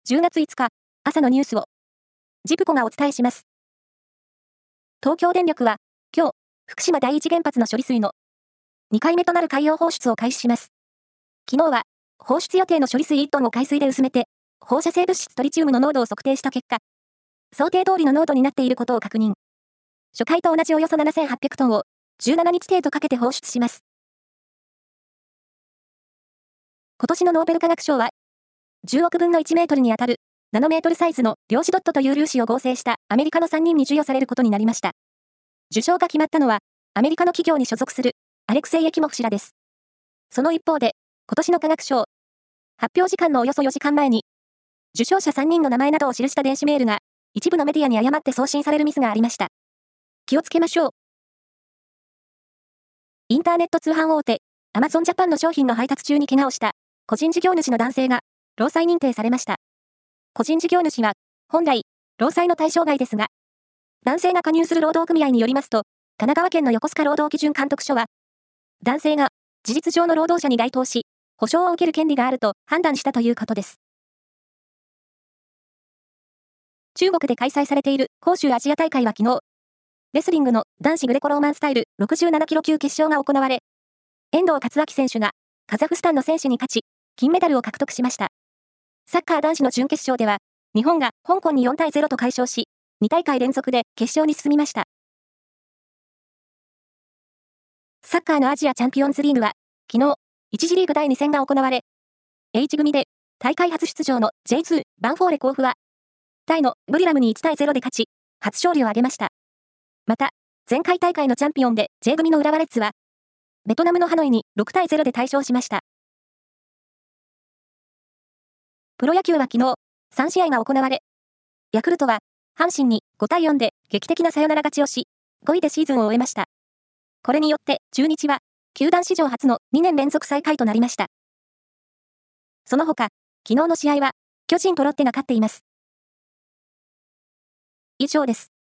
10月5日、朝のニュースを、ジプコがお伝えします。東京電力は、今日、福島第一原発の処理水の2回目となる海洋放出を開始します。昨日は、放出予定の処理水1トンを海水で薄めて、放射性物質トリチウムの濃度を測定した結果、想定通りの濃度になっていることを確認。初回と同じおよそ7800トンを17日程度かけて放出します。今年のノーベル化学賞は、10億分の1メートルにあたるナノメートルサイズの量子ドットという粒子を合成したアメリカの3人に授与されることになりました。受賞が決まったのは、アメリカの企業に所属するアレクセイ・エキモフ氏らです。その一方で、今年の化学賞、発表時間のおよそ4時間前に、受賞者3人の名前などを記した電子メールが、一部のメディアに誤って送信されるミスがありました。気をつけましょう。インターネット通販大手、Amazon Japan の商品の配達中に怪我をした個人事業主の男性が、労災認定されました。個人事業主は、本来、労災の対象外ですが、男性が加入する労働組合によりますと、神奈川県の横須賀労働基準監督署は、男性が事実上の労働者に該当し、補償を受ける権利があると判断したということです。中国で開催されている杭州アジア大会は昨日、レスリングの男子グレコローマンスタイル67キロ級決勝が行われ、遠藤克明選手がカザフスタンの選手に勝ち、金メダルを獲得しました。サッカー男子の準決勝では、日本が香港に4対0と快勝し、2大会連続で決勝に進みました。サッカーのアジアチャンピオンズリーグは、昨日、1次リーグ第2戦が行われ、H 組で大会初出場の J2 ヴァンフォーレ甲府は、タイのブリラムに1対0で勝ち、初勝利を挙げました。また、前回大会のチャンピオンで J 組の浦和レッズは、ベトナムのハノイに6対0で大勝しました。プロ野球は昨日、3試合が行われ、ヤクルトは、阪神に5対4で劇的なサヨナラ勝ちをし、5位でシーズンを終えました。これによって中日は、球団史上初の2年連続最下位となりました。その他、昨日の試合は、巨人とロッテが勝っています。以上です。